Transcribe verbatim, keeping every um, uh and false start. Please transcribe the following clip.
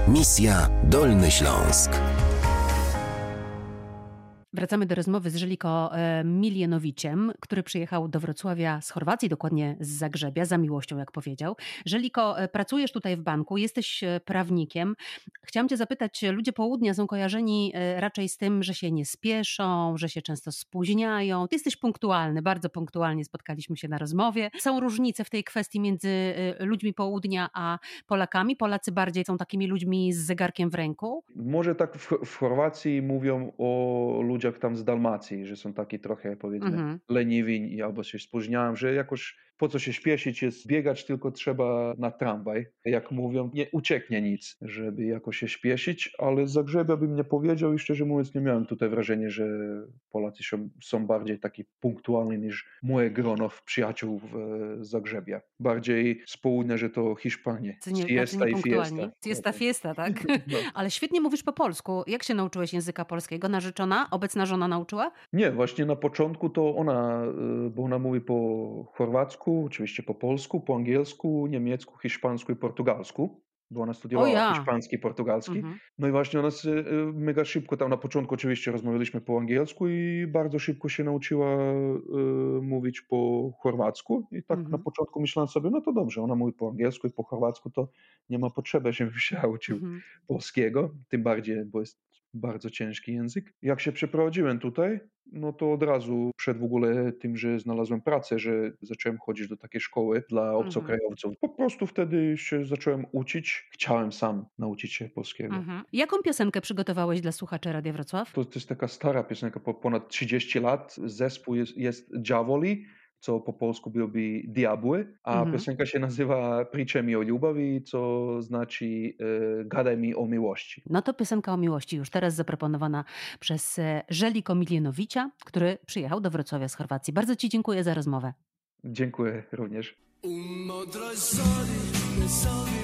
Misja Dolny Śląsk. Wracamy do rozmowy z Żeliko Miljenowiciem, który przyjechał do Wrocławia z Chorwacji, dokładnie z Zagrzebia, za miłością, jak powiedział. Żeliko, pracujesz tutaj w banku, jesteś prawnikiem. Chciałam cię zapytać, ludzie południa są kojarzeni raczej z tym, że się nie spieszą, że się często spóźniają. Ty jesteś punktualny, bardzo punktualnie spotkaliśmy się na rozmowie. Są różnice w tej kwestii między ludźmi południa a Polakami? Polacy bardziej są takimi ludźmi z zegarkiem w ręku? Może tak w, w Chorwacji mówią o ludziach tam z Dalmacji, że są takie trochę, powiedzmy, mhm. leniwi albo się spóźniają, że jakoś po co się śpieszyć, jest biegać, tylko trzeba na tramwaj. Jak mówią, nie ucieknie nic, żeby jakoś się śpieszyć, ale z Zagrzebia bym nie powiedział i szczerze mówiąc nie miałem tutaj wrażenia, że Polacy są, są bardziej taki punktualni niż moje grono przyjaciół w Zagrzebia. Bardziej z południa, że to Hiszpanie. Nie, siesta i fiesta. Siesta, fiesta, tak? No. Ale świetnie mówisz po polsku. Jak się nauczyłeś języka polskiego? Narzeczona, obecna żona nauczyła? Nie, właśnie na początku to ona, bo ona mówi po chorwacku, oczywiście po polsku, po angielsku, niemiecku, hiszpańsku i portugalsku, bo ona studiowała ja. hiszpański i portugalski. Mhm. No i właśnie ona mega szybko, tam na początku oczywiście rozmawialiśmy po angielsku i bardzo szybko się nauczyła y, mówić po chorwacku i tak mhm. na początku myślałem sobie, no to dobrze, ona mówi po angielsku i po chorwacku, to nie ma potrzeby, żebym się nauczył mhm. polskiego, tym bardziej, bo jest bardzo ciężki język. Jak się przeprowadziłem tutaj, no to od razu przed w ogóle tym, że znalazłem pracę, że zacząłem chodzić do takiej szkoły dla obcokrajowców. Mhm. Po prostu wtedy się zacząłem uczyć. Chciałem sam nauczyć się polskiego. Mhm. Jaką piosenkę przygotowałeś dla słuchaczy Radia Wrocław? To, to jest taka stara piosenka, po ponad trzydzieści lat. Zespół jest, jest Djawoli, co po polsku byłoby diabły, a mhm. piosenka się nazywa Priče mi o ljubavi, co znaczy e, gadaj mi o miłości. No to piosenka o miłości już teraz zaproponowana przez Żeliko Miljenovicia, który przyjechał do Wrocławia z Chorwacji. Bardzo ci dziękuję za rozmowę. Dziękuję również.